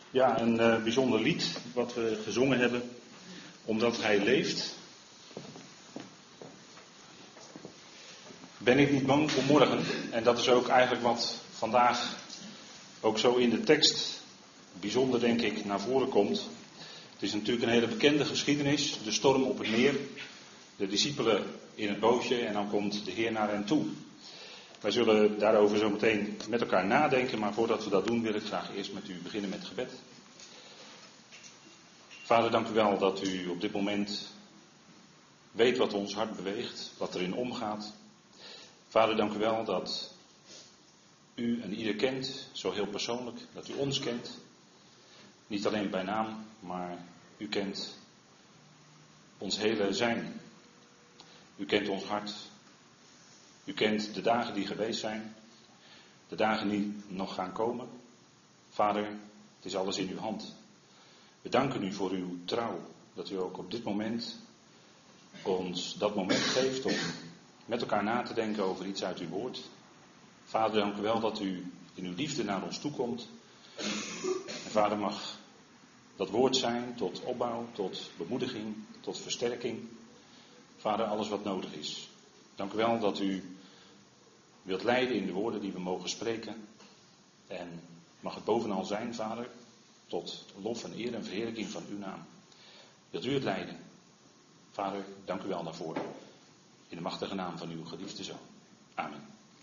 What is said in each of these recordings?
Ja, een bijzonder lied wat we gezongen hebben, omdat hij leeft. Ben ik niet bang voor morgen? En dat is ook eigenlijk wat vandaag ook zo in de tekst bijzonder, denk ik, naar voren komt. Het is natuurlijk een hele bekende geschiedenis, de storm op het meer, de discipelen in het bootje en dan komt de Heer naar hen toe. Wij zullen daarover zo meteen met elkaar nadenken, maar voordat we dat doen wil ik graag eerst met u beginnen met gebed. Vader, dank u wel dat u op dit moment weet wat ons hart beweegt, wat erin omgaat. Vader, dank u wel dat u en ieder kent, zo heel persoonlijk, dat u ons kent. Niet alleen bij naam, maar u kent ons hele zijn. U kent ons hart. U kent de dagen die geweest zijn, de dagen die nog gaan komen. Vader, het is alles in uw hand. We danken u voor uw trouw, dat u ook op dit moment ons dat moment geeft om met elkaar na te denken over iets uit uw woord. Vader, dank u wel dat u in uw liefde naar ons toekomt. En Vader, mag dat woord zijn tot opbouw, tot bemoediging, tot versterking. Vader, alles wat nodig is. Dank u wel dat u wilt leiden in de woorden die we mogen spreken. En mag het bovenal zijn, Vader, tot lof en eer en verheerlijking van uw naam. Wilt u het leiden? Vader, dank u wel daarvoor. In de machtige naam van uw geliefde Zoon. Amen.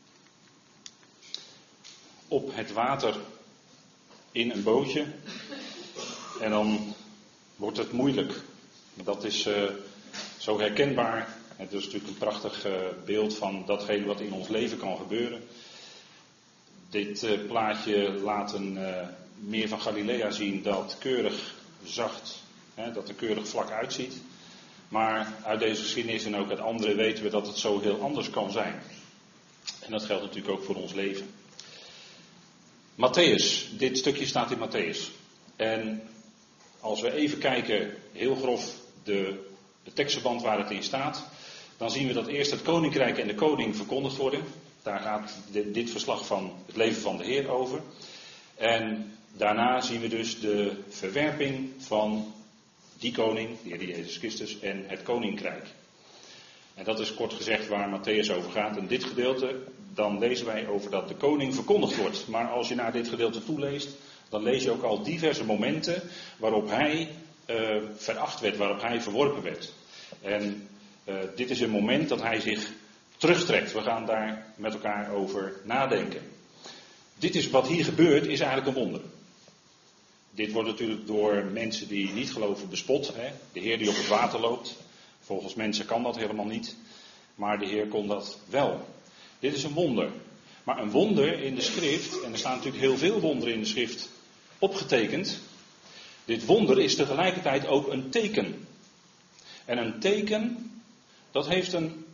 Op het water in een bootje. En dan wordt het moeilijk. Dat is zo herkenbaar. Het is natuurlijk een prachtig beeld van datgene wat in ons leven kan gebeuren. Dit plaatje laat een meer van Galilea zien dat keurig zacht, dat er keurig vlak uitziet. Maar uit deze geschiedenis en ook uit andere weten we dat het zo heel anders kan zijn. En dat geldt natuurlijk ook voor ons leven. Matthäus, dit stukje staat in Matthäus. En als we even kijken, heel grof, de tekstverband waar het in staat, dan zien we dat eerst het koninkrijk en de koning verkondigd worden. Daar gaat dit verslag van het leven van de Heer over. En daarna zien we dus de verwerping van die koning, de Heer Jezus Christus, en het koninkrijk. En dat is kort gezegd waar Matthäus over gaat. En dit gedeelte, dan lezen wij over dat de koning verkondigd wordt. Maar als je naar dit gedeelte toeleest, dan lees je ook al diverse momenten waarop hij veracht werd, waarop hij verworpen werd. En dit is een moment dat hij zich terugtrekt. We gaan daar met elkaar over nadenken. Dit is wat hier gebeurt, is eigenlijk een wonder. Dit wordt natuurlijk door mensen die niet geloven bespot. De Heer die op het water loopt. Volgens mensen kan dat helemaal niet. Maar de Heer kon dat wel. Dit is een wonder. Maar een wonder in de schrift, en er staan natuurlijk heel veel wonderen in de schrift opgetekend. Dit wonder is tegelijkertijd ook een teken. En een teken, dat heeft een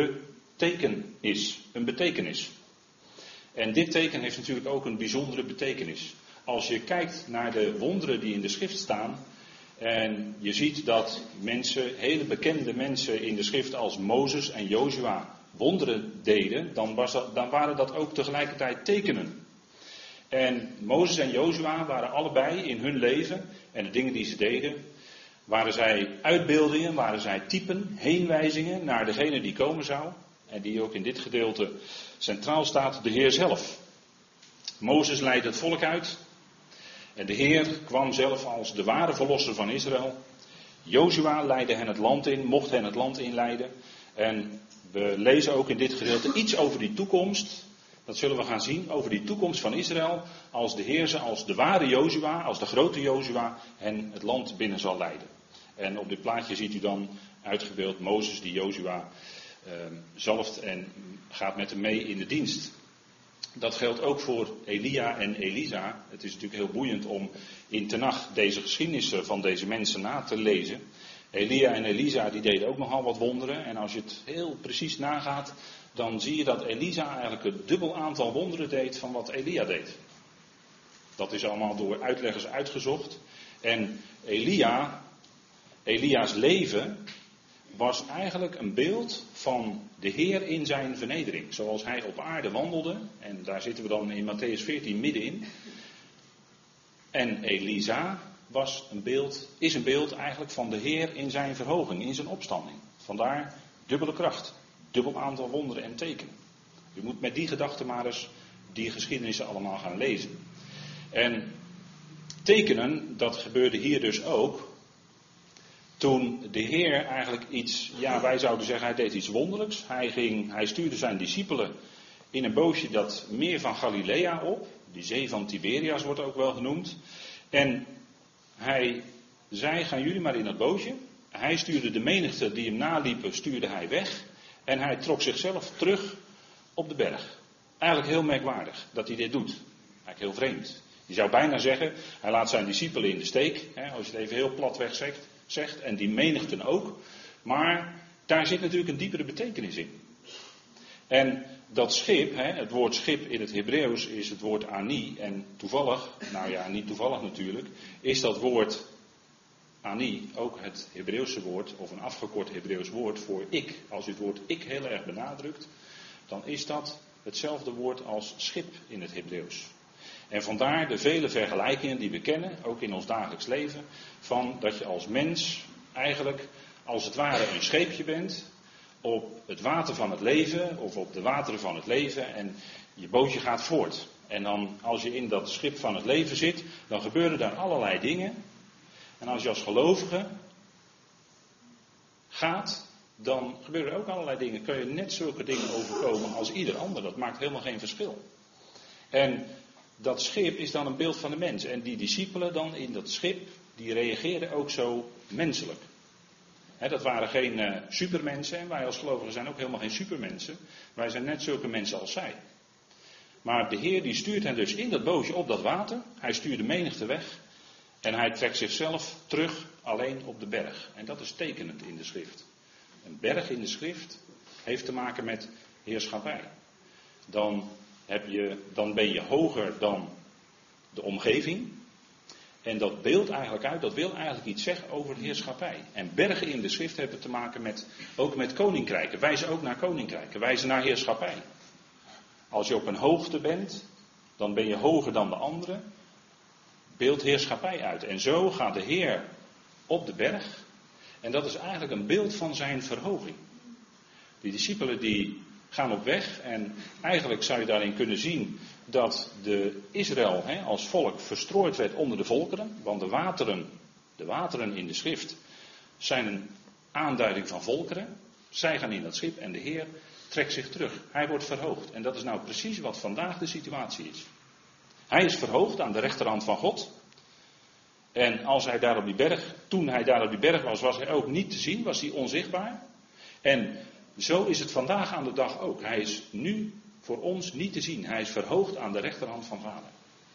betekenis. En dit teken heeft natuurlijk ook een bijzondere betekenis. Als je kijkt naar de wonderen die in de schrift staan, en je ziet dat mensen, hele bekende mensen in de schrift als Mozes en Jozua wonderen deden, dan waren dat ook tegelijkertijd tekenen. En Mozes en Jozua waren allebei in hun leven en de dingen die ze deden, waren zij uitbeeldingen, waren zij typen, heenwijzingen naar degene die komen zou. En die ook in dit gedeelte centraal staat, de Heer zelf. Mozes leidde het volk uit. En de Heer kwam zelf als de ware verlosser van Israël. Jozua leidde hen het land in, mocht hen het land inleiden. En we lezen ook in dit gedeelte iets over die toekomst. Dat zullen we gaan zien, over die toekomst van Israël. Als de Heer ze als de ware Jozua, als de grote Jozua, hen het land binnen zal leiden. En op dit plaatje ziet u dan uitgebeeld Mozes die Jozua zalft en gaat met hem mee in de dienst. Dat geldt ook voor Elia en Elisa. Het is natuurlijk heel boeiend om in Tenach deze geschiedenissen van deze mensen na te lezen. Elia en Elisa die deden ook nogal wat wonderen. En als je het heel precies nagaat, dan zie je dat Elisa eigenlijk een dubbel aantal wonderen deed van wat Elia deed. Dat is allemaal door uitleggers uitgezocht. En Elia's leven was eigenlijk een beeld van de Heer in zijn vernedering. Zoals hij op aarde wandelde, en daar zitten we dan in Matthäus 14 middenin. En Elisa is een beeld eigenlijk van de Heer in zijn verhoging, in zijn opstanding. Vandaar dubbele kracht, dubbel aantal wonderen en tekenen. U moet met die gedachten maar eens die geschiedenissen allemaal gaan lezen. En tekenen, dat gebeurde hier dus ook. Toen de Heer eigenlijk iets, wij zouden zeggen hij deed iets wonderlijks. Hij stuurde zijn discipelen in een bootje dat meer van Galilea op. Die zee van Tiberias wordt ook wel genoemd. En hij zei, gaan jullie maar in dat bootje. Hij stuurde de menigte die hem naliepen, stuurde hij weg. En hij trok zichzelf terug op de berg. Eigenlijk heel merkwaardig dat hij dit doet. Eigenlijk heel vreemd. Je zou bijna zeggen, hij laat zijn discipelen in de steek. Als je het even heel platweg zegt. En die menigten ook. Maar daar zit natuurlijk een diepere betekenis in. En dat schip, het woord schip in het Hebreeuws is het woord ani. En toevallig, niet toevallig natuurlijk, is dat woord ani ook het Hebreeuwse woord, of een afgekort Hebreeuws woord voor ik. Als u het woord ik heel erg benadrukt, dan is dat hetzelfde woord als schip in het Hebreeuws. En vandaar de vele vergelijkingen die we kennen, ook in ons dagelijks leven, van dat je als mens eigenlijk als het ware een scheepje bent op het water van het leven, of op de wateren van het leven, en je bootje gaat voort. En dan als je in dat schip van het leven zit, dan gebeuren daar allerlei dingen. En als je als gelovige gaat, dan gebeuren er ook allerlei dingen. Kun je net zulke dingen overkomen als ieder ander. Dat maakt helemaal geen verschil. En dat schip is dan een beeld van de mens. En die discipelen dan in dat schip, die reageerden ook zo menselijk. Dat waren geen supermensen. En wij als gelovigen zijn ook helemaal geen supermensen. Wij zijn net zulke mensen als zij. Maar de Heer die stuurt hen dus in dat bootje op dat water. Hij stuurt de menigte weg. En hij trekt zichzelf terug alleen op de berg. En dat is tekenend in de schrift. Een berg in de schrift heeft te maken met heerschappij. Dan ben je hoger dan de omgeving. En dat beeldt eigenlijk uit, dat wil eigenlijk iets zeggen over de heerschappij. En bergen in de schrift hebben te maken ook met koninkrijken. Wijzen ook naar koninkrijken, wijzen naar heerschappij. Als je op een hoogte bent, dan ben je hoger dan de anderen. Beeldt heerschappij uit. En zo gaat de Heer op de berg. En dat is eigenlijk een beeld van zijn verhoging. Die discipelen die gaan op weg. En eigenlijk zou je daarin kunnen zien dat de Israël als volk verstrooid werd onder de volkeren. Want de wateren in de schrift zijn een aanduiding van volkeren. Zij gaan in dat schip en de Heer trekt zich terug. Hij wordt verhoogd. En dat is nou precies wat vandaag de situatie is. Hij is verhoogd aan de rechterhand van God. En toen hij daar op die berg was, was hij ook niet te zien, was hij onzichtbaar. En zo is het vandaag aan de dag ook. Hij is nu voor ons niet te zien. Hij is verhoogd aan de rechterhand van Vader.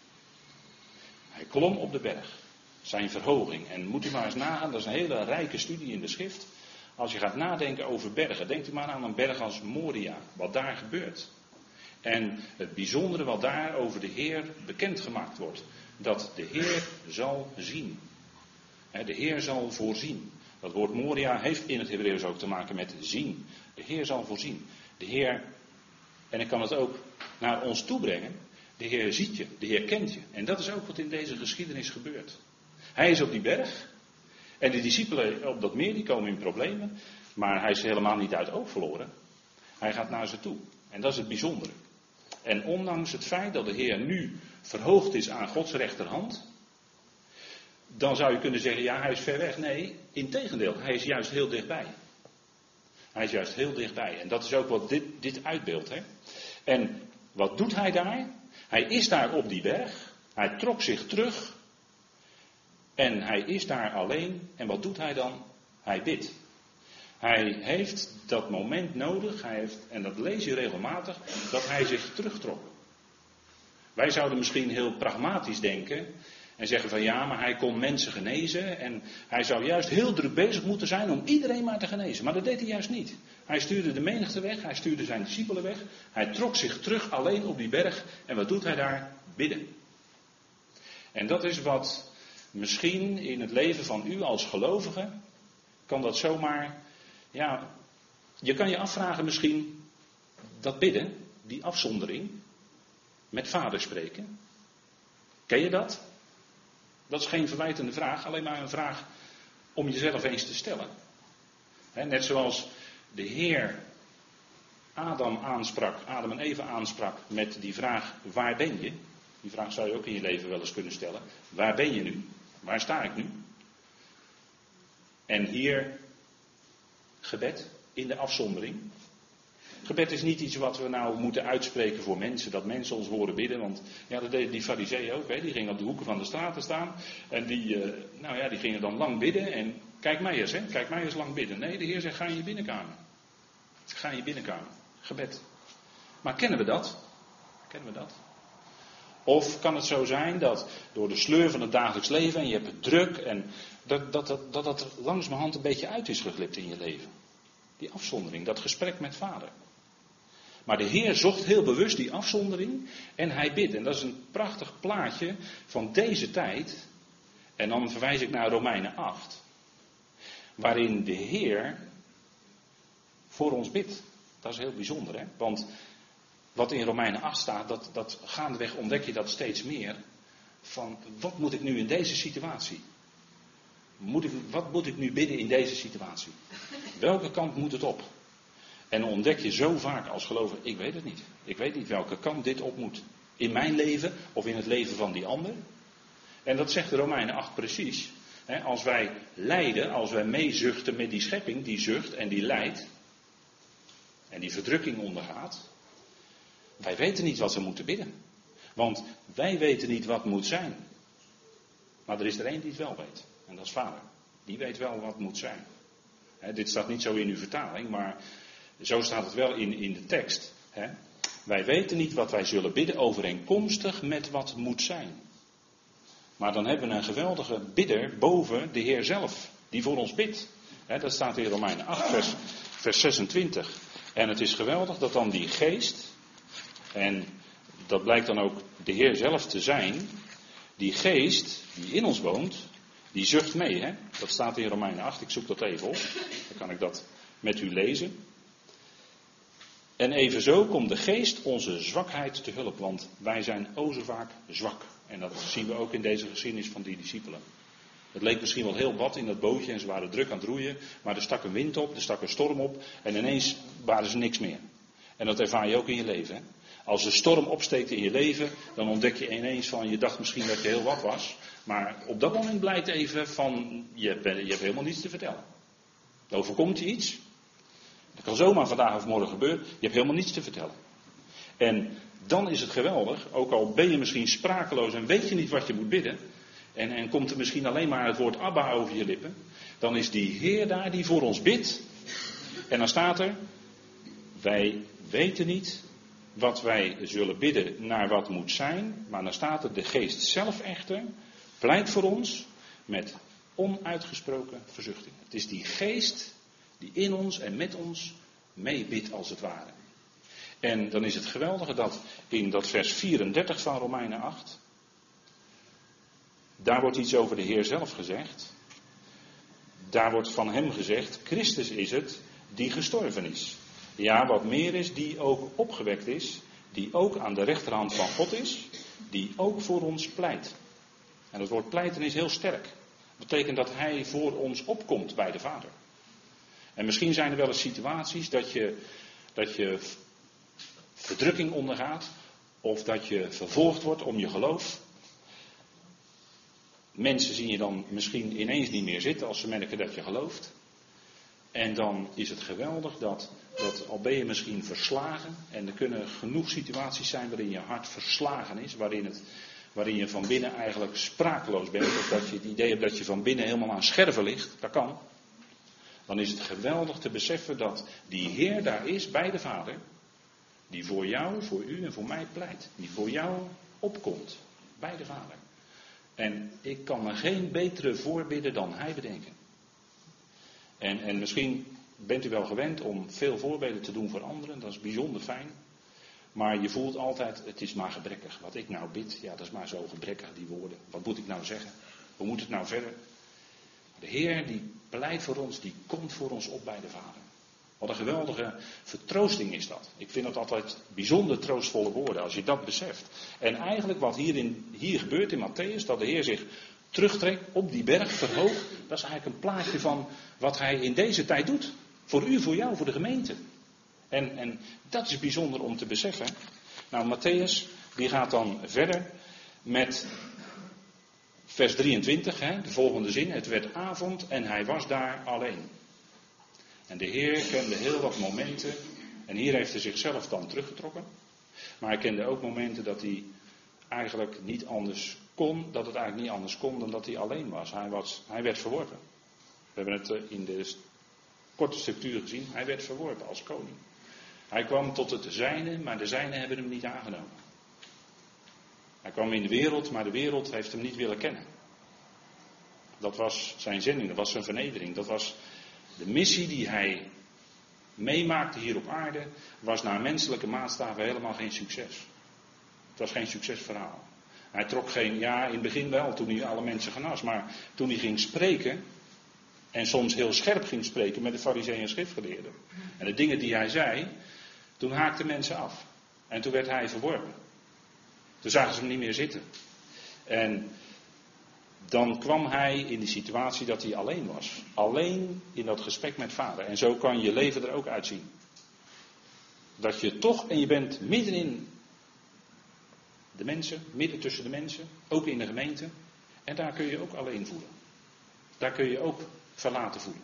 Hij klom op de berg. Zijn verhoging. En moet u maar eens nagaan, dat is een hele rijke studie in de schrift. Als je gaat nadenken over bergen, denkt u maar aan een berg als Moria. Wat daar gebeurt. En het bijzondere wat daar over de Heer bekendgemaakt wordt. Dat de Heer zal zien. De Heer zal voorzien. Dat woord Moria heeft in het Hebreeuws ook te maken met zien. De Heer zal voorzien. De Heer, en ik kan het ook naar ons toe brengen. De Heer ziet je, de Heer kent je. En dat is ook wat in deze geschiedenis gebeurt. Hij is op die berg. En de discipelen op dat meer, die komen in problemen. Maar hij is helemaal niet uit oog verloren. Hij gaat naar ze toe. En dat is het bijzondere. En ondanks het feit dat de Heer nu verhoogd is aan Gods rechterhand, dan zou je kunnen zeggen, ja, hij is ver weg. Nee, integendeel, hij is juist heel dichtbij. Hij is juist heel dichtbij. En dat is ook wat dit uitbeeldt. En wat doet hij daar? Hij is daar op die berg. Hij trok zich terug. En hij is daar alleen. En wat doet hij dan? Hij bidt. Hij heeft dat moment nodig, en dat lees je regelmatig, dat hij zich terugtrok. Wij zouden misschien heel pragmatisch denken en zeggen van ja, maar hij kon mensen genezen en hij zou juist heel druk bezig moeten zijn om iedereen maar te genezen. Maar dat deed hij juist niet. Hij stuurde de menigte weg, hij stuurde zijn discipelen weg, hij trok zich terug alleen op die berg en wat doet hij daar? Bidden. En dat is wat misschien in het leven van u als gelovige, kan dat zomaar, ja, je kan je afvragen misschien, dat bidden, die afzondering, met Vader spreken. Ken je dat? Dat is geen verwijtende vraag, alleen maar een vraag om jezelf eens te stellen. Net zoals de Heer Adam en Eva aansprak met die vraag, waar ben je? Die vraag zou je ook in je leven wel eens kunnen stellen. Waar ben je nu? Waar sta ik nu? En hier gebed in de afzondering. Gebed is niet iets wat we nou moeten uitspreken voor mensen, dat mensen ons horen bidden. Want ja, dat deden die farizeeën ook. Die gingen op de hoeken van de straten staan. En die gingen dan lang bidden. En kijk mij eens lang bidden. Nee, de Heer zegt, ga in je binnenkamer. Ga in je binnenkamer. Gebed. Maar kennen we dat? Kennen we dat? Of kan het zo zijn dat door de sleur van het dagelijks leven en je hebt het druk en dat langzamerhand een beetje uit is geglipt in je leven. Die afzondering, dat gesprek met Vader. Maar de Heer zocht heel bewust die afzondering en hij bidt. En dat is een prachtig plaatje van deze tijd. En dan verwijs ik naar Romeinen 8. Waarin de Heer voor ons bidt. Dat is heel bijzonder, hè? Want wat in Romeinen 8 staat, dat gaandeweg ontdek je dat steeds meer. Van, wat moet ik nu in deze situatie? Wat moet ik nu bidden in deze situatie? Welke kant moet het op? En dan ontdek je zo vaak als gelover, ik weet het niet. Ik weet niet welke kant dit op moet. In mijn leven of in het leven van die ander. En dat zegt de Romeinen 8 precies. Als wij lijden, als wij meezuchten met die schepping, die zucht en die lijdt. En die verdrukking ondergaat. Wij weten niet wat we moeten bidden. Want wij weten niet wat moet zijn. Maar er is er één die het wel weet. En dat is Vader. Die weet wel wat moet zijn. Dit staat niet zo in uw vertaling, maar zo staat het wel in de tekst. Wij weten niet wat wij zullen bidden overeenkomstig met wat moet zijn. Maar dan hebben we een geweldige bidder boven de Heer zelf. Die voor ons bidt. Dat staat in Romeinen 8 vers 26. En het is geweldig dat dan die geest, en dat blijkt dan ook de Heer zelf te zijn, die geest die in ons woont, die zucht mee. Dat staat in Romeinen 8, ik zoek dat even op, dan kan ik dat met u lezen. En evenzo komt de geest onze zwakheid te hulp, want wij zijn o zo vaak zwak. En dat zien we ook in deze geschiedenis van die discipelen. Het leek misschien wel heel wat in dat bootje en ze waren druk aan het roeien, maar er stak een wind op, er stak een storm op en ineens waren ze niks meer. En dat ervaar je ook in je leven. Hè? Als de storm opsteekt in je leven, dan ontdek je ineens van, je dacht misschien dat je heel wat was, maar op dat moment blijkt even van, je hebt helemaal niets te vertellen. Dan overkomt je iets. Dat kan zomaar vandaag of morgen gebeuren, je hebt helemaal niets te vertellen. En dan is het geweldig, ook al ben je misschien sprakeloos en weet je niet wat je moet bidden, en komt er misschien alleen maar het woord Abba over je lippen, dan is die Heer daar die voor ons bidt. En dan staat er, wij weten niet wat wij zullen bidden naar wat moet zijn, maar dan staat er, de geest zelf echter pleit voor ons met onuitgesproken verzuchting. Het is die geest die in ons en met ons meebidt als het ware. En dan is het geweldige dat in dat vers 34 van Romeinen 8, daar wordt iets over de Heer zelf gezegd. Daar wordt van hem gezegd, Christus is het die gestorven is. Ja, wat meer is, die ook opgewekt is, die ook aan de rechterhand van God is, die ook voor ons pleit. En het woord pleiten is heel sterk. Dat betekent dat hij voor ons opkomt bij de Vader. En misschien zijn er wel eens situaties dat je verdrukking ondergaat, of dat je vervolgd wordt om je geloof. Mensen zien je dan misschien ineens niet meer zitten als ze merken dat je gelooft. En dan is het geweldig dat al ben je misschien verslagen. En er kunnen genoeg situaties zijn waarin je hart verslagen is. Waarin je van binnen eigenlijk sprakeloos bent. Of dat je het idee hebt dat je van binnen helemaal aan scherven ligt. Dat kan. Dan is het geweldig te beseffen dat die Heer daar is bij de Vader. Die voor jou, voor u en voor mij pleit. Die voor jou opkomt bij de Vader. En ik kan me geen betere voorbidden dan hij bedenken. En misschien bent u wel gewend om veel voorbeden te doen voor anderen. Dat is bijzonder fijn. Maar je voelt altijd, het is maar gebrekkig. Wat ik nou bid, ja, dat is maar zo gebrekkig, die woorden. Wat moet ik nou zeggen? Hoe moet het nou verder? De Heer die pleit voor ons, die komt voor ons op bij de Vader. Wat een geweldige vertroosting is dat. Ik vind dat altijd bijzonder troostvolle woorden als je dat beseft. En eigenlijk wat hier gebeurt in Mattheüs, dat de Heer zich terugtrekt, op die berg verhoogt. Dat is eigenlijk een plaatje van wat hij in deze tijd doet. Voor u, voor jou, voor de gemeente. En dat is bijzonder om te beseffen. Nou, Matthäus, die gaat dan verder met vers 23, de volgende zin. Het werd avond en hij was daar alleen. En de Heer kende heel wat momenten. En hier heeft hij zichzelf dan teruggetrokken. Maar hij kende ook momenten dat hij eigenlijk niet anders kon. Dat het eigenlijk niet anders kon dan dat hij alleen was. Hij werd verworpen. We hebben het in de korte structuur gezien. Hij werd verworpen als koning. Hij kwam tot het zijne, maar de zijnen hebben hem niet aangenomen. Hij kwam in de wereld, maar de wereld heeft hem niet willen kennen. Dat was zijn zending, dat was zijn vernedering. Dat was de missie die hij meemaakte hier op aarde. Was naar menselijke maatstaven helemaal geen succes. Het was geen succesverhaal. Hij trok geen, ja in het begin wel, toen hij alle mensen genas. Maar toen hij ging spreken, en soms heel scherp ging spreken met de farizeeën en schriftgeleerden. En de dingen die hij zei, toen haakten mensen af. En toen werd hij verworpen. Toen zagen ze hem niet meer zitten. En dan kwam hij in die situatie dat hij alleen was. Alleen in dat gesprek met vader. En zo kan je leven er ook uitzien. Dat je toch, en je bent midden in de mensen, midden tussen de mensen, ook in de gemeente. En daar kun je ook alleen voelen. Daar kun je ook verlaten voelen.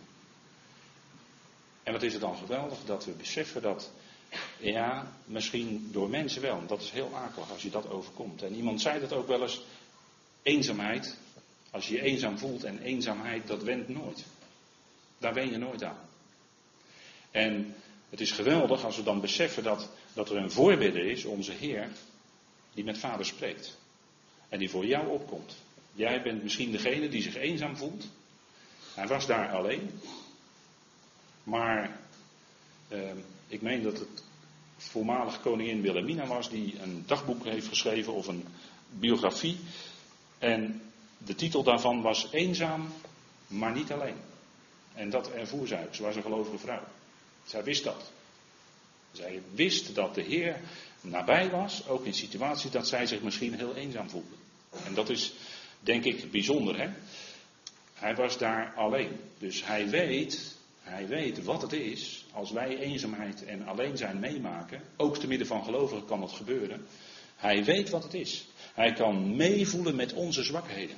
En wat is het dan geweldig dat we beseffen dat, ja, misschien door mensen wel. Dat is heel akelig als je dat overkomt. En iemand zei dat ook wel eens, eenzaamheid. Als je je eenzaam voelt en eenzaamheid, dat went nooit. Daar wen je nooit aan. En het is geweldig als we dan beseffen dat er een voorbidder is, onze Heer, die met vader spreekt. En die voor jou opkomt. Jij bent misschien degene die zich eenzaam voelt. Hij was daar alleen. Maar ik meen dat het voormalig koningin Wilhelmina was die een dagboek heeft geschreven of een biografie. En de titel daarvan was Eenzaam, maar niet alleen. En dat ervoer zij. Ze was een gelovige vrouw. Zij wist dat. Zij wist dat de Heer nabij was, ook in situaties dat zij zich misschien heel eenzaam voelde. En dat is, denk ik, bijzonder, hè? Hij was daar alleen. Dus hij weet wat het is als wij eenzaamheid en alleen zijn meemaken. Ook te midden van gelovigen kan dat gebeuren. Hij weet wat het is. Hij kan meevoelen met onze zwakheden.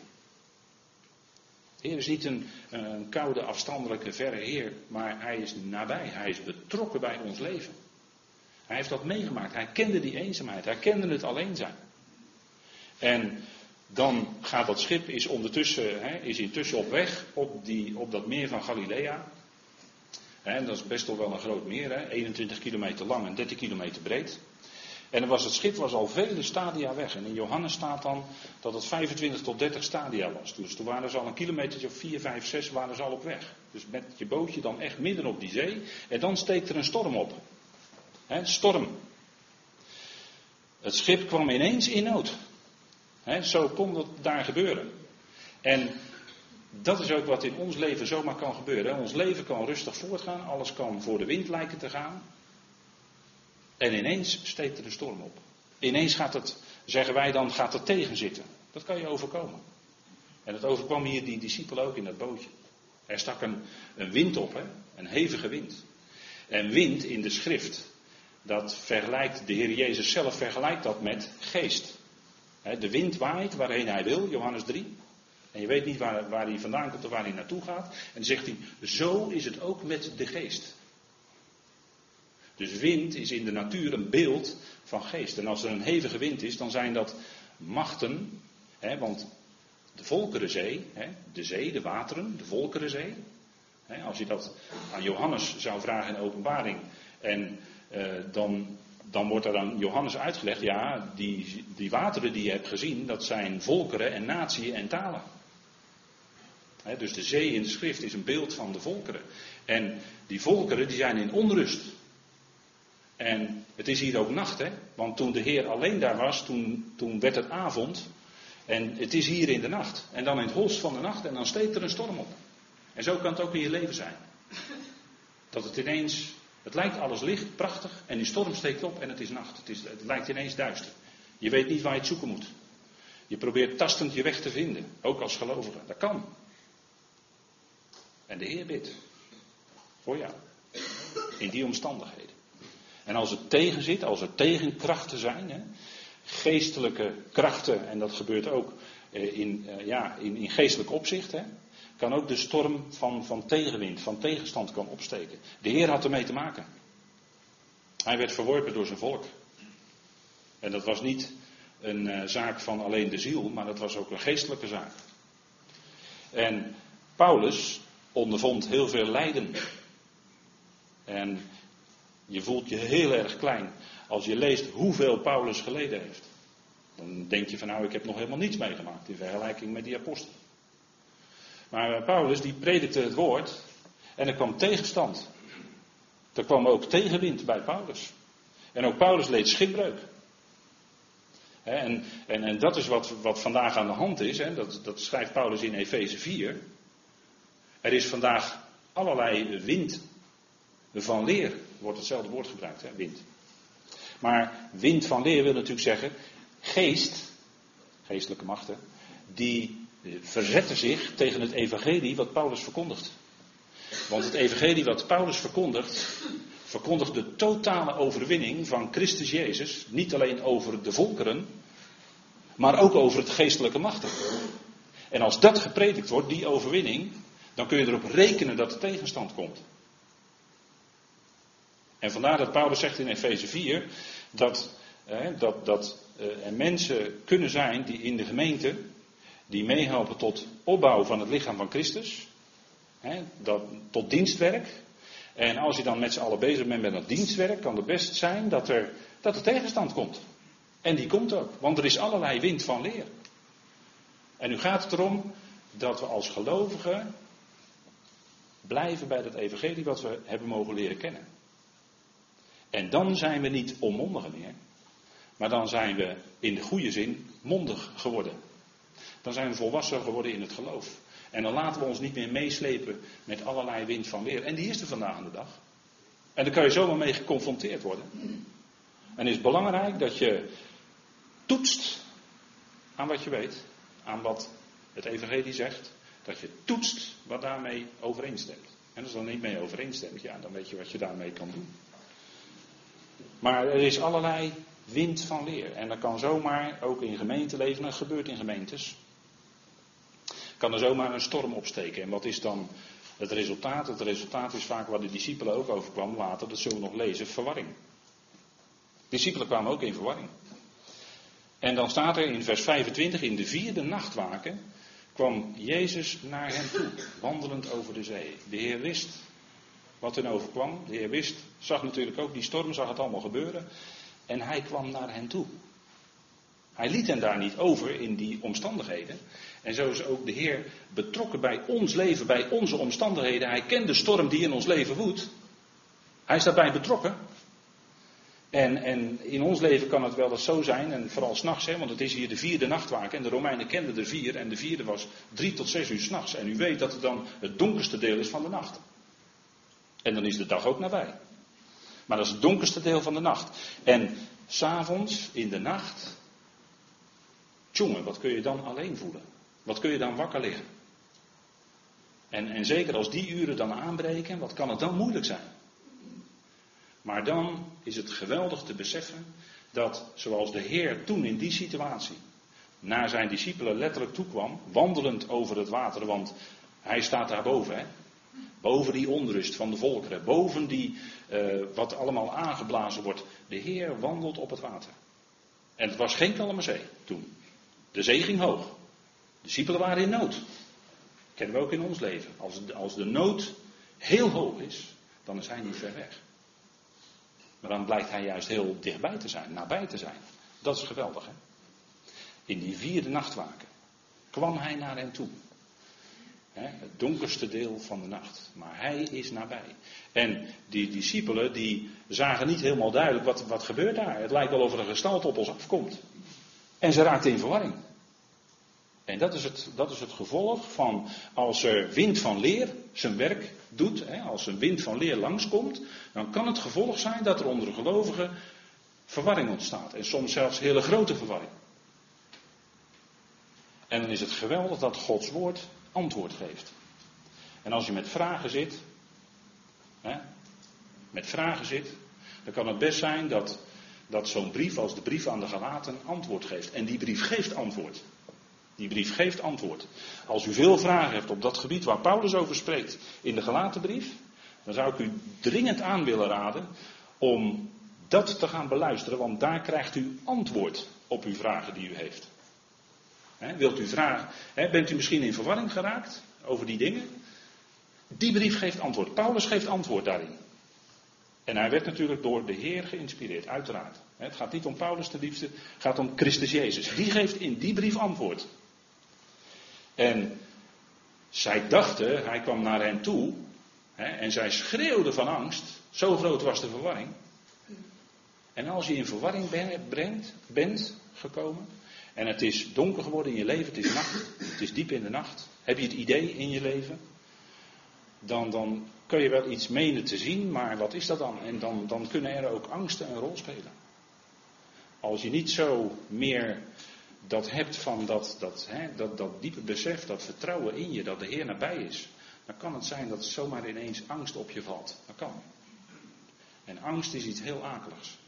De Heer is niet een koude, afstandelijke, verre Heer, maar hij is nabij. Hij is betrokken bij ons leven. Hij heeft dat meegemaakt. Hij kende die eenzaamheid. Hij kende het alleen zijn. En dan gaat dat schip, is intussen op weg op dat meer van Galilea. Dat is best wel een groot meer, 21 kilometer lang en 13 kilometer breed. En het schip was al vele stadia weg. En in Johannes staat dan dat het 25 tot 30 stadia was. Dus toen waren ze al een kilometer of 4, 5, 6 waren ze al op weg. Dus met je bootje dan echt midden op die zee. En dan steekt er een storm op. Storm. Het schip kwam ineens in nood. Zo kon dat daar gebeuren. En dat is ook wat in ons leven zomaar kan gebeuren. Ons leven kan rustig voortgaan. Alles kan voor de wind lijken te gaan. En ineens steekt er een storm op. Ineens gaat het, zeggen wij dan, gaat het tegenzitten. Dat kan je overkomen. En dat overkwam hier die discipelen ook in dat bootje. Er stak een wind op, een hevige wind. En wind in de schrift, dat vergelijkt, de Heer Jezus zelf vergelijkt dat met geest. De wind waait waarheen hij wil, Johannes 3. En je weet niet waar hij vandaan komt of waar hij naartoe gaat. En dan zegt hij, zo is het ook met de geest. Dus wind is in de natuur een beeld van geest. En als er een hevige wind is, dan zijn dat machten. Want de Volkerenzee, de zee, de wateren, de Volkerenzee. Als je dat aan Johannes zou vragen in Openbaring. En dan wordt er aan Johannes uitgelegd, ja, die wateren die je hebt gezien, dat zijn volkeren en natieën en talen. Dus de zee in de schrift is een beeld van de volkeren. En die volkeren die zijn in onrust. En het is hier ook nacht, want toen de Heer alleen daar was, toen werd het avond. En het is hier in de nacht. En dan in het holst van de nacht en dan steekt er een storm op. En zo kan het ook in je leven zijn. Dat het ineens, het lijkt alles licht, prachtig, en die storm steekt op en het is nacht. Het lijkt ineens duister. Je weet niet waar je het zoeken moet. Je probeert tastend je weg te vinden, ook als gelovige. Dat kan. En de Heer bidt voor jou, in die omstandigheden. En als het tegen zit, als er tegenkrachten zijn, hè, geestelijke krachten, en dat gebeurt ook in geestelijk opzicht, hè, kan ook de storm van tegenwind, van tegenstand kan opsteken. De Heer had ermee te maken. Hij werd verworpen door zijn volk. En dat was niet een zaak van alleen de ziel, maar dat was ook een geestelijke zaak. En Paulus ondervond heel veel lijden. En je voelt je heel erg klein als je leest hoeveel Paulus geleden heeft. Dan denk je van nou, ik heb nog helemaal niets meegemaakt in vergelijking met die apostel. Maar Paulus die predikte het woord en er kwam tegenstand. Er kwam ook tegenwind bij Paulus. En ook Paulus leed schipbreuk. En dat is wat vandaag aan de hand is. Hè? Dat schrijft Paulus in Efeze 4. Er is vandaag allerlei wind van leer. Er wordt hetzelfde woord gebruikt, hè? Wind. Maar wind van leer wil natuurlijk zeggen geestelijke machten, die verzetten zich tegen het evangelie wat Paulus verkondigt. Want het evangelie wat Paulus verkondigt de totale overwinning van Christus Jezus, niet alleen over de volkeren, maar ook over het geestelijke machten. En als dat gepredikt wordt, die overwinning, dan kun je erop rekenen dat er tegenstand komt. En vandaar dat Paulus zegt in Efeze 4 dat er mensen kunnen zijn die in de gemeente, die meehelpen tot opbouw van het lichaam van Christus, tot dienstwerk. En als je dan met z'n allen bezig bent met dat dienstwerk, kan het best zijn dat er tegenstand komt. En die komt ook, want er is allerlei wind van leer. En nu gaat het erom dat we als gelovigen blijven bij dat evangelie wat we hebben mogen leren kennen. En dan zijn we niet onmondigen meer, maar dan zijn we in de goede zin mondig geworden. Dan zijn we volwassen geworden in het geloof. En dan laten we ons niet meer meeslepen met allerlei wind van leer. En die is er vandaag aan de dag. En daar kan je zomaar mee geconfronteerd worden. En het is belangrijk dat je toetst aan wat je weet. Aan wat het evangelie zegt. Dat je toetst wat daarmee overeenstemt. En als er dan niet mee overeenstemt, ja, dan weet je wat je daarmee kan doen. Maar er is allerlei wind van leer. En dat kan zomaar ook in gemeenteleven, dat gebeurt in gemeentes, kan er zomaar een storm opsteken. En wat is dan het resultaat? Het resultaat is vaak waar de discipelen ook overkwam later, dat zullen we nog lezen, verwarring. De discipelen kwamen ook in verwarring. En dan staat er in vers 25, in de 4e nachtwaken kwam Jezus naar hen toe, wandelend over de zee. De Heer wist wat hen overkwam. De Heer wist, zag natuurlijk ook die storm, zag het allemaal gebeuren. En hij kwam naar hen toe. Hij liet hen daar niet over in die omstandigheden. En zo is ook de Heer betrokken bij ons leven, bij onze omstandigheden. Hij kent de storm die in ons leven woedt. Hij is daarbij betrokken. En in ons leven kan het wel eens zo zijn, en vooral 's nachts, want het is hier de 4e nachtwaken. En de Romeinen kenden er 4, en de 4e was 3 tot 6 uur 's nachts. En u weet dat het dan het donkerste deel is van de nacht. En dan is de dag ook nabij. Maar dat is het donkerste deel van de nacht. En 's avonds, in de nacht, tjonge, wat kun je dan alleen voelen? Wat kun je dan wakker liggen? En zeker als die uren dan aanbreken, wat kan het dan moeilijk zijn? Maar dan is het geweldig te beseffen dat, zoals de Heer toen in die situatie naar zijn discipelen letterlijk toekwam, wandelend over het water, want hij staat daarboven, hè? Boven die onrust van de volkeren, boven die wat allemaal aangeblazen wordt. De Heer wandelt op het water. En het was geen kalme zee toen. De zee ging hoog. De discipelen waren in nood. Dat kennen we ook in ons leven. Als de nood heel hoog is, dan is hij niet ver weg. Maar dan blijkt hij juist heel dichtbij te zijn, nabij te zijn. Dat is geweldig, hè? In die 4e nachtwaken kwam hij naar hen toe. Het donkerste deel van de nacht. Maar hij is nabij. En die discipelen die zagen niet helemaal duidelijk wat gebeurt daar. Het lijkt wel of er een gestalte op ons afkomt. En ze raakten in verwarring. En dat is het gevolg van als er wind van leer zijn werk doet. Als een wind van leer langskomt. Dan kan het gevolg zijn dat er onder de gelovigen verwarring ontstaat. En soms zelfs hele grote verwarring. En dan is het geweldig dat Gods woord antwoord geeft. En als je met vragen zit, dan kan het best zijn dat zo'n brief als de brief aan de Galaten antwoord geeft. En die brief geeft antwoord. Die brief geeft antwoord. Als u veel vragen hebt op dat gebied waar Paulus over spreekt in de Galatenbrief, dan zou ik u dringend aan willen raden om dat te gaan beluisteren, want daar krijgt u antwoord op uw vragen die u heeft. Wilt u vragen, bent u misschien in verwarring geraakt over die dingen? Die brief geeft antwoord. Paulus geeft antwoord daarin. En hij werd natuurlijk door de Heer geïnspireerd, uiteraard. Het gaat niet om Paulus de liefste, het gaat om Christus Jezus. Die geeft in die brief antwoord. En zij dachten, hij kwam naar hen toe, en zij schreeuwden van angst. Zo groot was de verwarring. En als je in verwarring bent gekomen, en het is donker geworden in je leven, het is nacht, het is diep in de nacht. Heb je het idee in je leven? Dan kun je wel iets menen te zien, maar wat is dat dan? En dan kunnen er ook angsten een rol spelen. Als je niet zo meer dat hebt van dat diepe besef, dat vertrouwen in je, dat de Heer nabij is, dan kan het zijn dat zomaar ineens angst op je valt. Dat kan. En angst is iets heel akeligs.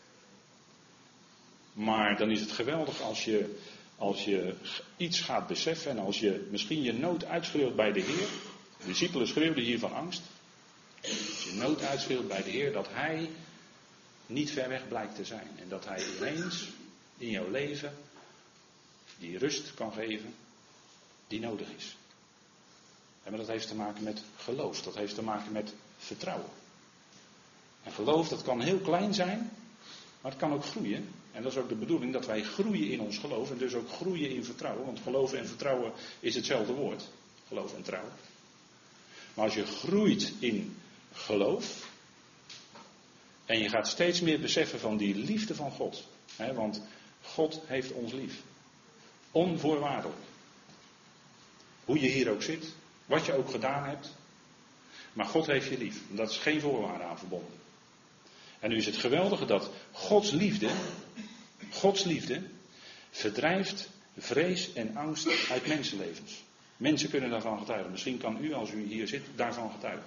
Maar dan is het geweldig als je iets gaat beseffen en als je misschien je nood uitschreeuwt bij de Heer. De discipelen schreeuwden hier van angst. Als je nood uitschreeuwt bij de Heer, dat Hij niet ver weg blijkt te zijn. En dat Hij ineens in jouw leven die rust kan geven die nodig is. Maar dat heeft te maken met geloof. Dat heeft te maken met vertrouwen. En geloof, dat kan heel klein zijn, maar het kan ook groeien. En dat is ook de bedoeling, dat wij groeien in ons geloof en dus ook groeien in vertrouwen. Want geloof en vertrouwen is hetzelfde woord. Geloof en trouw. Maar als je groeit in geloof en je gaat steeds meer beseffen van die liefde van God. Want God heeft ons lief. Onvoorwaardelijk. Hoe je hier ook zit, wat je ook gedaan hebt. Maar God heeft je lief. Dat is geen voorwaarde aan verbonden. En nu is het geweldige dat Gods liefde verdrijft vrees en angst uit mensenlevens. Mensen kunnen daarvan getuigen. Misschien kan u, als u hier zit, daarvan getuigen.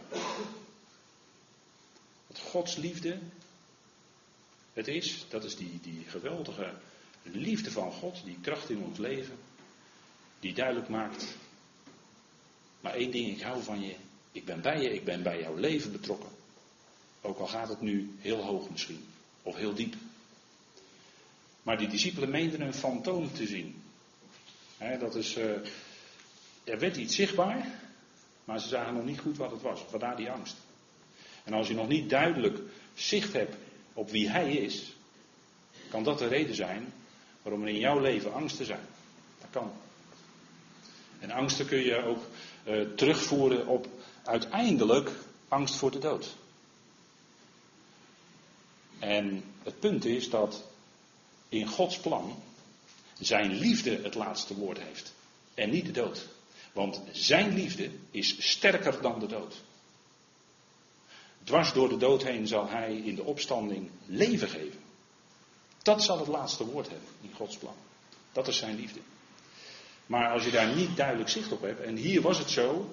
Dat Gods liefde dat is die geweldige liefde van God, die kracht in ons leven, die duidelijk maakt, maar één ding, ik hou van je, ik ben bij je, ik ben bij jouw leven betrokken. Ook al gaat het nu heel hoog misschien, of heel diep. Maar die discipelen meenden een fantoom te zien. Er werd iets zichtbaar, maar ze zagen nog niet goed wat het was. Vandaar die angst. En als je nog niet duidelijk zicht hebt op wie Hij is, kan dat de reden zijn waarom er in jouw leven angsten zijn. Dat kan. En angsten kun je ook terugvoeren op uiteindelijk angst voor de dood. En het punt is dat in Gods plan zijn liefde het laatste woord heeft. En niet de dood. Want zijn liefde is sterker dan de dood. Dwars door de dood heen zal Hij in de opstanding leven geven. Dat zal het laatste woord hebben in Gods plan. Dat is zijn liefde. Maar als je daar niet duidelijk zicht op hebt, en hier was het zo,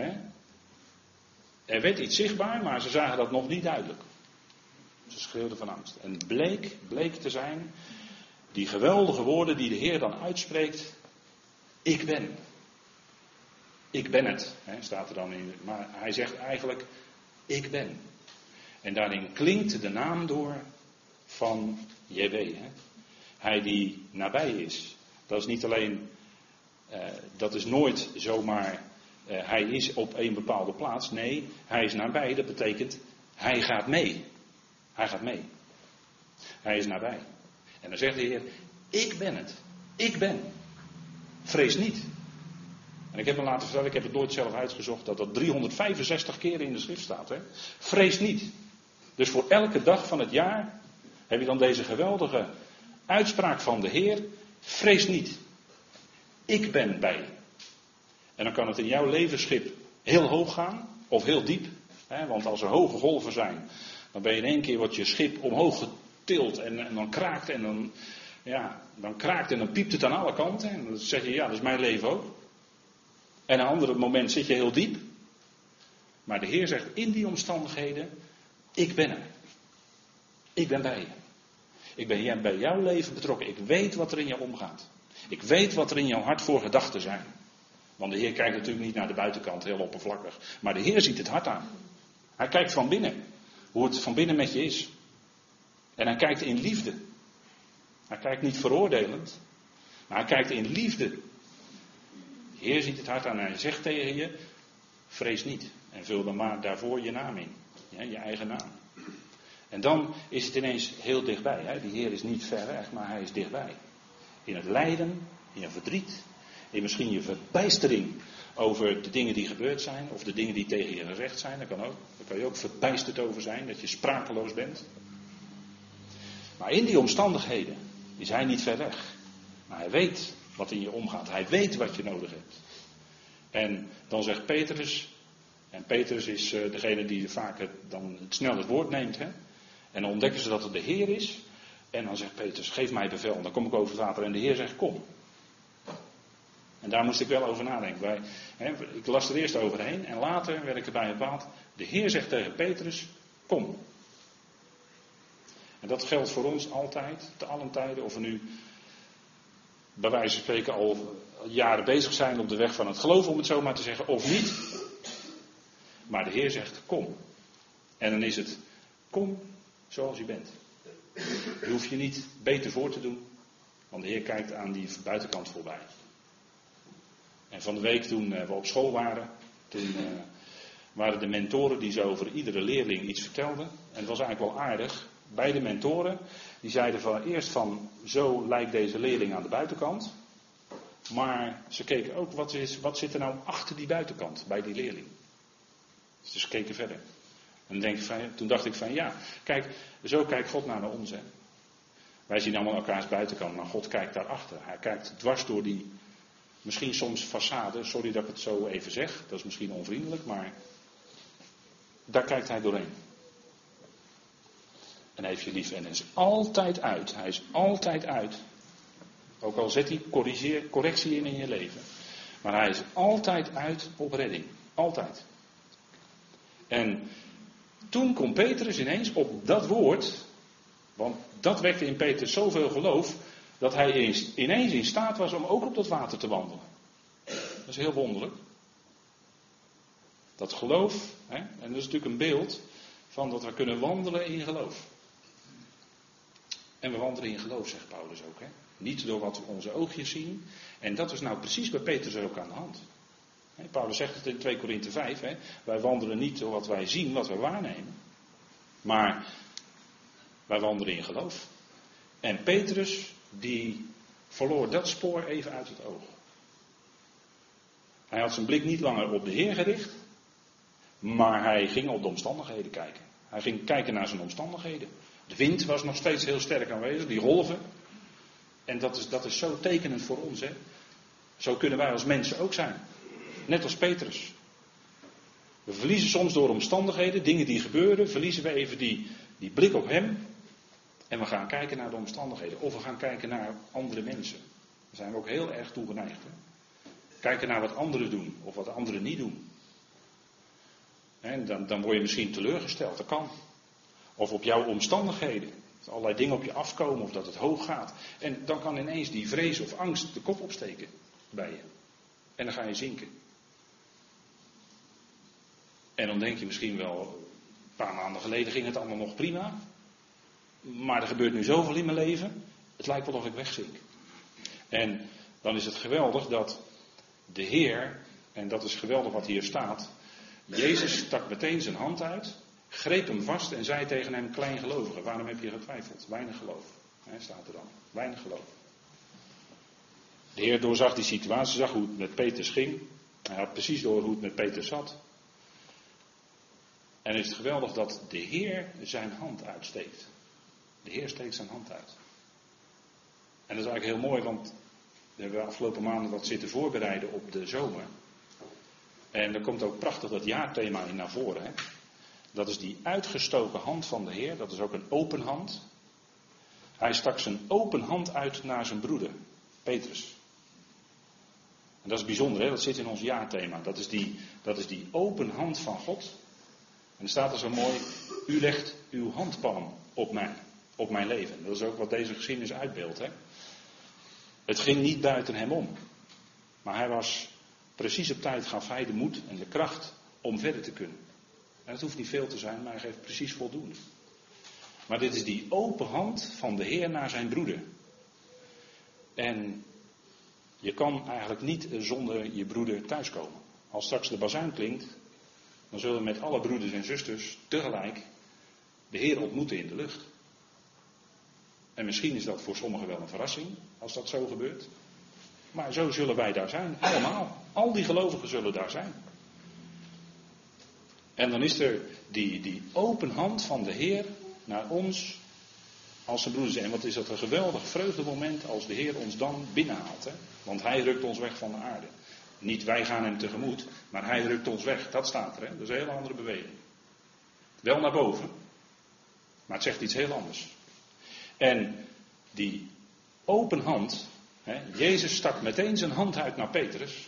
er werd iets zichtbaar, maar ze zagen dat nog niet duidelijk. Ze schreeuwden van angst. En bleek te zijn, die geweldige woorden die de Heer dan uitspreekt, ik ben. Ik ben het, staat er dan in. Maar hij zegt eigenlijk, ik ben. En daarin klinkt de naam door van JW. Hij die nabij is. Dat is niet alleen, dat is nooit zomaar, hij is op een bepaalde plaats. Nee, hij is nabij, dat betekent, hij gaat mee. Hij gaat mee. Hij is nabij. En dan zegt de Heer, ik ben het. Ik ben. Vrees niet. En ik heb me laten vertellen, ik heb het nooit zelf uitgezocht, dat 365 keer in de schrift staat. Vrees niet. Dus voor elke dag van het jaar heb je dan deze geweldige uitspraak van de Heer. Vrees niet. Ik ben bij je. En dan kan het in jouw levensschip heel hoog gaan, of heel diep. Want als er hoge golven zijn, dan ben je in één keer wat je schip omhoog getild en dan kraakt en dan ja, dan kraakt en dan piept het aan alle kanten. En dan zeg je, ja, dat is mijn leven ook. En een ander moment zit je heel diep. Maar de Heer zegt in die omstandigheden, ik ben er. Ik ben bij je. Ik ben bij jouw leven betrokken. Ik weet wat er in jou omgaat. Ik weet wat er in jouw hart voor gedachten zijn. Want de Heer kijkt natuurlijk niet naar de buitenkant, heel oppervlakkig. Maar de Heer ziet het hart aan. Hij kijkt van binnen. Hoe het van binnen met je is. En hij kijkt in liefde. Hij kijkt niet veroordelend. Maar hij kijkt in liefde. De Heer ziet het hart aan en hij zegt tegen je, vrees niet. En vul dan maar daarvoor je naam in. Ja, je eigen naam. En dan is het ineens heel dichtbij. Hè? Die Heer is niet ver weg, maar hij is dichtbij. In het lijden, in je verdriet, in misschien je verbijstering over de dingen die gebeurd zijn, of de dingen die tegen je gezegd zijn, dat kan ook. Daar kan je ook verbijsterd over zijn, dat je sprakeloos bent. Maar in die omstandigheden is hij niet ver weg. Maar hij weet wat in je omgaat. Hij weet wat je nodig hebt. En dan zegt Petrus, en Petrus is degene die vaak het snel het woord neemt. Hè? En dan ontdekken ze dat het de Heer is. En dan zegt Petrus, geef mij bevel. En dan kom ik over het water en de Heer zegt, kom. En daar moest ik wel over nadenken. Ik las er eerst overheen en later werd ik erbij bepaald. De Heer zegt tegen Petrus, kom. En dat geldt voor ons altijd, te allen tijden. Of we nu bij wijze van spreken al jaren bezig zijn op de weg van het geloof, om het zo maar te zeggen, of niet. Maar de Heer zegt, kom. En dan is het, kom zoals je bent. Je hoeft je niet beter voor te doen, want de Heer kijkt aan die buitenkant voorbij. En van de week toen we op school waren, toen waren de mentoren die zo over iedere leerling iets vertelden. En het was eigenlijk wel aardig. Beide mentoren, die zeiden eerst van, zo lijkt deze leerling aan de buitenkant. Maar ze keken ook, wat zit er nou achter die buitenkant, bij die leerling. Dus ze keken verder. En toen dacht ik van, ja, kijk, zo kijkt God naar ons. Hè. Wij zien allemaal elkaars buitenkant, maar God kijkt daarachter. Hij kijkt dwars door die, misschien soms façade, sorry dat ik het zo even zeg, dat is misschien onvriendelijk, maar daar kijkt hij doorheen. En hij heeft je lief en hij is altijd uit. Hij is altijd uit. Ook al zet hij correctie in je leven. Maar hij is altijd uit op redding. Altijd. En toen kon Petrus ineens op dat woord, want dat wekte in Petrus zoveel geloof, dat hij ineens in staat was om ook op dat water te wandelen. Dat is heel wonderlijk. Dat geloof, hè, en dat is natuurlijk een beeld van dat we kunnen wandelen in geloof. En we wandelen in geloof, zegt Paulus ook. Hè. Niet door wat we onze oogjes zien. En dat is nou precies bij Petrus ook aan de hand. Paulus zegt het in 2 Korinthe 5. Hè, wij wandelen niet door wat wij zien, wat we waarnemen. Maar wij wandelen in geloof. En Petrus, die verloor dat spoor even uit het oog. Hij had zijn blik niet langer op de Heer gericht. Maar hij ging op de omstandigheden kijken. Hij ging kijken naar zijn omstandigheden. De wind was nog steeds heel sterk aanwezig, die golven. En dat is zo tekenend voor ons. Hè? Zo kunnen wij als mensen ook zijn. Net als Petrus. We verliezen soms door omstandigheden, dingen die gebeuren, verliezen we even die blik op hem. En we gaan kijken naar de omstandigheden. Of we gaan kijken naar andere mensen. Daar zijn we ook heel erg toe geneigd. Hè? Kijken naar wat anderen doen, of wat anderen niet doen. En dan word je misschien teleurgesteld, dat kan. Of op jouw omstandigheden. Dat allerlei dingen op je afkomen of dat het hoog gaat. En dan kan ineens die vrees of angst de kop opsteken bij je. En dan ga je zinken. En dan denk je misschien wel, een paar maanden geleden ging het allemaal nog prima. Maar er gebeurt nu zoveel in mijn leven. Het lijkt wel of ik wegzink. En dan is het geweldig dat de Heer, en dat is geweldig wat hier staat. Jezus stak meteen zijn hand uit. Greep hem vast en zei tegen hem, kleingelovige, waarom heb je getwijfeld? Weinig geloof. He, staat er dan. Weinig geloof. De Heer doorzag die situatie, zag hoe het met Petrus ging. Hij had precies door hoe het met Petrus zat. En het is geweldig dat de Heer zijn hand uitsteekt. De Heer steekt zijn hand uit. En dat is eigenlijk heel mooi, want we hebben de afgelopen maanden wat zitten voorbereiden op de zomer. En er komt ook prachtig dat jaarthema in naar voren. Hè? Dat is die uitgestoken hand van de Heer. Dat is ook een open hand. Hij stak zijn open hand uit naar zijn broeder, Petrus. En dat is bijzonder, hè? Dat zit in ons jaarthema. Dat is die open hand van God. En er staat er zo mooi, u legt uw handpalm op mijn leven. Dat is ook wat deze geschiedenis uitbeeldt. Hè? Het ging niet buiten hem om. Maar hij was precies op tijd, gaf hij de moed en de kracht om verder te kunnen. En het hoeft niet veel te zijn, maar hij geeft precies voldoende. Maar dit is die open hand van de Heer naar zijn broeder. En je kan eigenlijk niet zonder je broeder thuiskomen. Als straks de bazuin klinkt, dan zullen we met alle broeders en zusters tegelijk de Heer ontmoeten in de lucht. En misschien is dat voor sommigen wel een verrassing, als dat zo gebeurt. Maar zo zullen wij daar zijn, allemaal. Al die gelovigen zullen daar zijn. En dan is er die open hand van de Heer naar ons als zijn broeders. En wat is dat een geweldig vreugdemoment als de Heer ons dan binnenhaalt. Hè? Want hij rukt ons weg van de aarde. Niet wij gaan hem tegemoet, maar hij rukt ons weg. Dat staat er. Hè? Dat is een hele andere beweging. Wel naar boven, maar het zegt iets heel anders. En die open hand, hè, Jezus stak meteen zijn hand uit naar Petrus.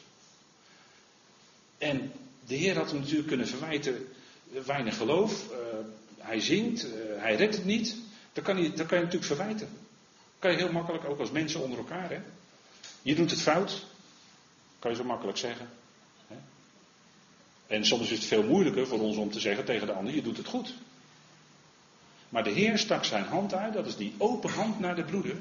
En de Heer had hem natuurlijk kunnen verwijten, weinig geloof, hij zingt, hij redt het niet. Dat kan je natuurlijk verwijten. Dat kan je heel makkelijk, ook als mensen onder elkaar. Hè. Je doet het fout, kan je zo makkelijk zeggen. Hè. En soms is het veel moeilijker voor ons om te zeggen tegen de ander, je doet het goed. Maar de Heer stak zijn hand uit, dat is die open hand naar de broeder.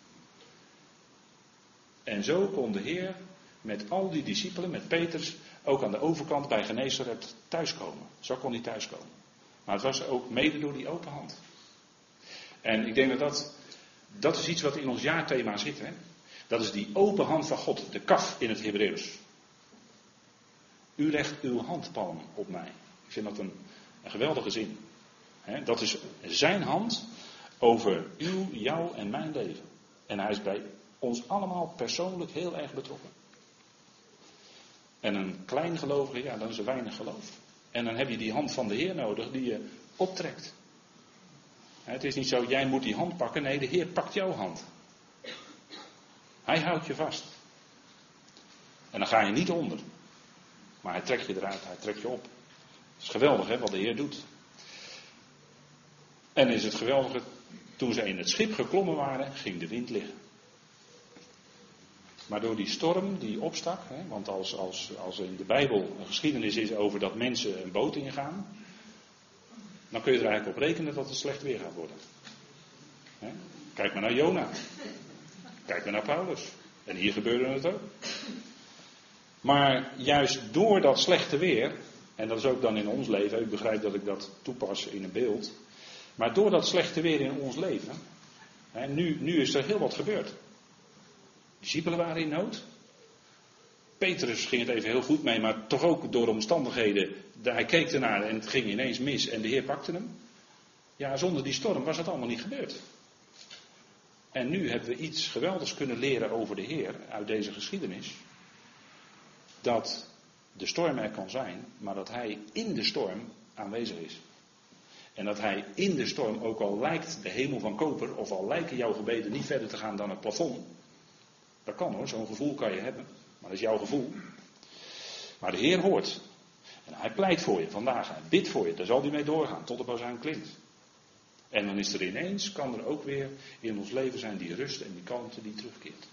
En zo kon de Heer met al die discipelen, met Petrus, ook aan de overkant bij Genesaret thuiskomen. Zo kon hij thuiskomen. Maar het was ook mede door die open hand. En ik denk dat is iets wat in ons jaarthema zit. Hè? Dat is die open hand van God, de kaf in het Hebreeuws. U legt uw handpalm op mij. Ik vind dat een geweldige zin. Hè? Dat is zijn hand over jou en mijn leven. En hij is bij ons allemaal persoonlijk heel erg betrokken. En een klein gelovige, ja, dan is er weinig geloof. En dan heb je die hand van de Heer nodig die je optrekt. Het is niet zo, jij moet die hand pakken. Nee, de Heer pakt jouw hand. Hij houdt je vast. En dan ga je niet onder. Maar hij trekt je eruit, hij trekt je op. Het is geweldig, hè, wat de Heer doet. En is het geweldige, toen ze in het schip geklommen waren, ging de wind liggen. Maar door die storm die opstak, hè, want als in de Bijbel een geschiedenis is over dat mensen een boot ingaan, dan kun je er eigenlijk op rekenen dat het slecht weer gaat worden. Hè? Kijk maar naar Jona. Kijk maar naar Paulus. En hier gebeurde het ook. Maar juist door dat slechte weer, en dat is ook dan in ons leven, u begrijpt dat ik dat toepas in een beeld, maar door dat slechte weer in ons leven, hè, nu is er heel wat gebeurd. Discipelen waren in nood. Petrus ging het even heel goed mee, maar toch ook door omstandigheden. Hij keek ernaar en het ging ineens mis en de Heer pakte hem. Ja, zonder die storm was het allemaal niet gebeurd. En nu hebben we iets geweldigs kunnen leren over de Heer uit deze geschiedenis. Dat de storm er kan zijn, maar dat Hij in de storm aanwezig is. En dat Hij in de storm, ook al lijkt de hemel van koper, of al lijken jouw gebeden niet verder te gaan dan het plafond. Dat kan hoor, zo'n gevoel kan je hebben. Maar dat is jouw gevoel. Maar de Heer hoort. En hij pleit voor je vandaag. Hij bidt voor je. Daar zal hij mee doorgaan. Tot de bazuin klinkt. En dan is er ineens, kan er ook weer in ons leven zijn die rust en die kalmte die terugkeert.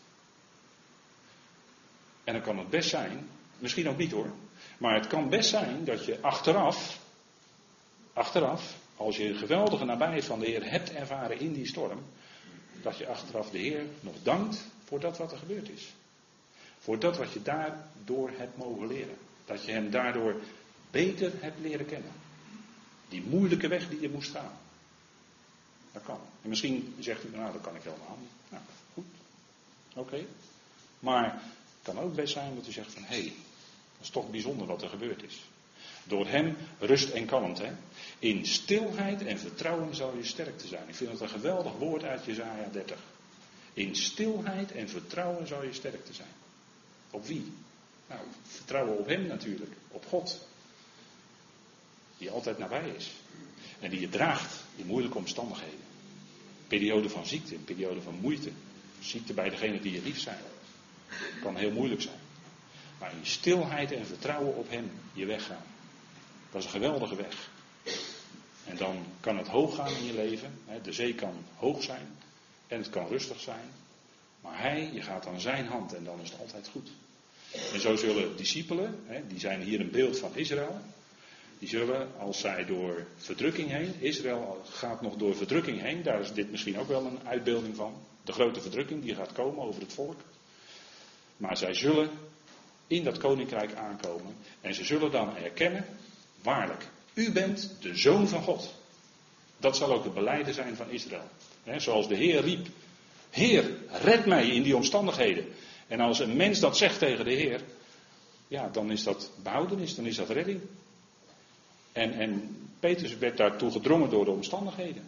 En dan kan het best zijn, misschien ook niet hoor. Maar het kan best zijn dat je achteraf, als je een geweldige nabijheid van de Heer hebt ervaren in die storm, dat je achteraf de Heer nog dankt voor dat wat er gebeurd is. Voor dat wat je daardoor hebt mogen leren. Dat je hem daardoor beter hebt leren kennen. Die moeilijke weg die je moest gaan. Dat kan. En misschien zegt u, nou dat kan ik helemaal niet. Nou, goed. Oké. Maar het kan ook best zijn dat u zegt van, hé, dat is toch bijzonder wat er gebeurd is. Door hem rust en kalmte. Hè? In stilheid en vertrouwen zal je sterk te zijn. Ik vind dat een geweldig woord uit Jesaja 30. In stilheid en vertrouwen zal je sterk te zijn. Op wie? Nou, vertrouwen op hem natuurlijk. Op God. Die altijd nabij is. En die je draagt in moeilijke omstandigheden. periode van ziekte, een periode van moeite. Ziekte bij degenen die je lief zijn. Dat kan heel moeilijk zijn. Maar in stilheid en vertrouwen op hem je weg gaan. Dat is een geweldige weg. En dan kan het hoog gaan in je leven. De zee kan hoog zijn. En het kan rustig zijn. Maar je gaat aan zijn hand en dan is het altijd goed. En zo zullen discipelen, die zijn hier een beeld van Israël. Die zullen, als zij door verdrukking heen, Israël gaat nog door verdrukking heen, daar is dit misschien ook wel een uitbeelding van. De grote verdrukking die gaat komen over het volk. Maar zij zullen in dat koninkrijk aankomen. En ze zullen dan erkennen, waarlijk, u bent de Zoon van God. Dat zal ook het belijden zijn van Israël. Zoals de Heer riep, Heer, red mij in die omstandigheden. En als een mens dat zegt tegen de Heer, ja, dan is dat behoudenis, dan is dat redding. En Petrus werd daartoe gedrongen door de omstandigheden.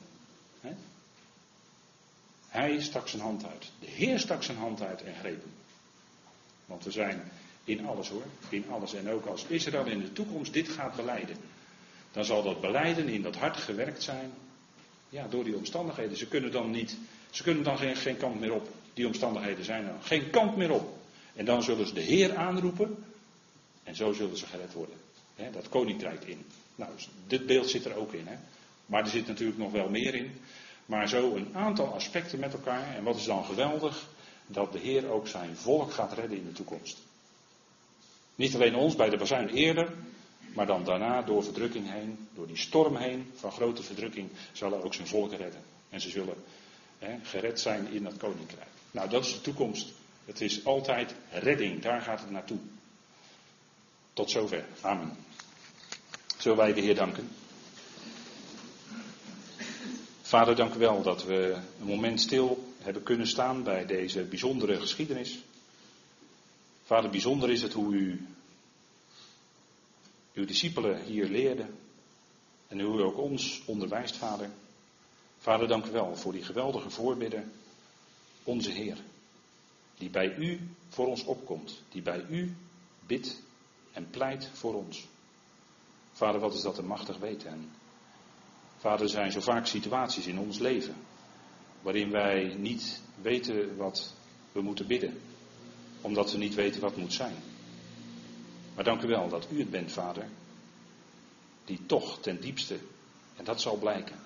Hij stak zijn hand uit. De Heer stak zijn hand uit en greep hem. Want we zijn in alles hoor, in alles. En ook als Israël in de toekomst dit gaat belijden, dan zal dat belijden in dat hart gewerkt zijn, ja, door die omstandigheden. Ze kunnen dan geen kant meer op. Die omstandigheden zijn er geen kant meer op. En dan zullen ze de Heer aanroepen en zo zullen ze gered worden. Dat koninkrijk in. Nou, dit beeld zit er ook in. Maar er zit natuurlijk nog wel meer in. Maar zo een aantal aspecten met elkaar. En wat is dan geweldig? Dat de Heer ook zijn volk gaat redden in de toekomst. Niet alleen ons bij de bazuin eerder, maar dan daarna door verdrukking heen, door die storm heen van grote verdrukking, zal hij ook zijn volk redden. En ze zullen gered zijn in dat koninkrijk. Nou, dat is de toekomst. Het is altijd redding, daar gaat het naartoe. Tot zover. Amen. Zullen wij de Heer danken? Vader, dank u wel dat we een moment stil hebben kunnen staan bij deze bijzondere geschiedenis. Vader, bijzonder is het hoe u uw discipelen hier leerde en hoe u ook ons onderwijst, Vader. Vader, dank u wel voor die geweldige voorbidder, onze Heer, die bij u voor ons opkomt, die bij u bidt en pleit voor ons. Vader, wat is dat een machtig weten. En Vader, er zijn zo vaak situaties in ons leven waarin wij niet weten wat we moeten bidden, omdat we niet weten wat moet zijn. Maar dank u wel dat u het bent, Vader, die toch ten diepste, en dat zal blijken,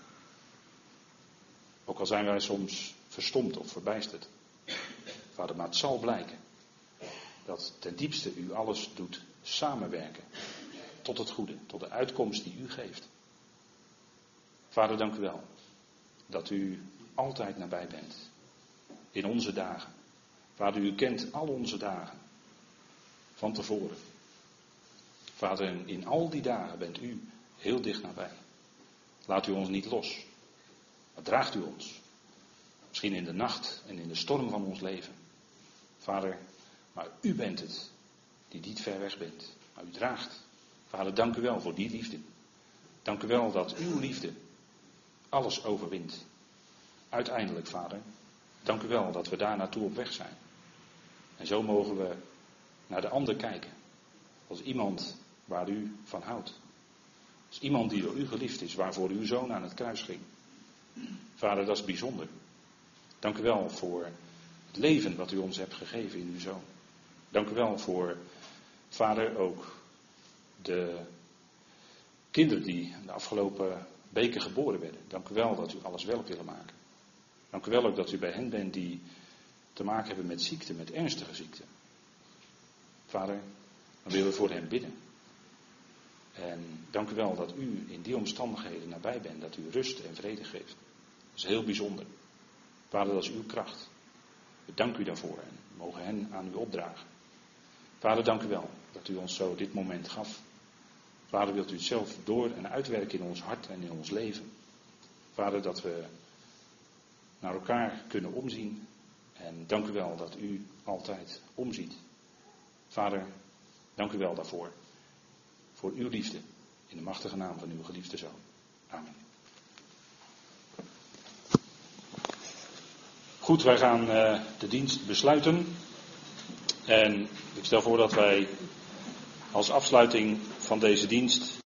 ook al zijn wij soms verstomd of verbijsterd, Vader, maar het zal blijken dat ten diepste u alles doet samenwerken tot het goede, tot de uitkomst die u geeft. Vader, dank u wel dat u altijd nabij bent in onze dagen. Vader, u kent al onze dagen van tevoren. Vader, in al die dagen bent u heel dicht nabij. Laat u ons niet los, maar draagt u ons. Misschien in de nacht en in de storm van ons leven. Vader, maar u bent het die niet ver weg bent, maar u draagt. Vader, dank u wel voor die liefde. Dank u wel dat uw liefde alles overwint. Uiteindelijk, Vader, dank u wel dat we daar naartoe op weg zijn. En zo mogen we naar de ander kijken. Als iemand waar u van houdt. Als iemand die door u geliefd is, waarvoor uw zoon aan het kruis ging. Vader, dat is bijzonder. Dank u wel voor het leven wat u ons hebt gegeven in uw zoon. Dank u wel voor, Vader, ook de kinderen die de afgelopen weken geboren werden. Dank u wel dat u alles wel hebt willen maken. Dank u wel ook dat u bij hen bent die te maken hebben met ziekte, met ernstige ziekte. Vader, dan willen we voor hen bidden. En dank u wel dat u in die omstandigheden nabij bent, dat u rust en vrede geeft. Dat is heel bijzonder. Vader, dat is uw kracht. We danken u daarvoor en we mogen hen aan u opdragen. Vader, dank u wel dat u ons zo dit moment gaf. Vader, wilt u het zelf door en uitwerken in ons hart en in ons leven. Vader, dat we naar elkaar kunnen omzien. En dank u wel dat u altijd omziet. Vader, dank u wel daarvoor. Voor uw liefde. In de machtige naam van uw geliefde Zoon. Amen. Goed, wij gaan de dienst besluiten. En ik stel voor dat wij als afsluiting van deze dienst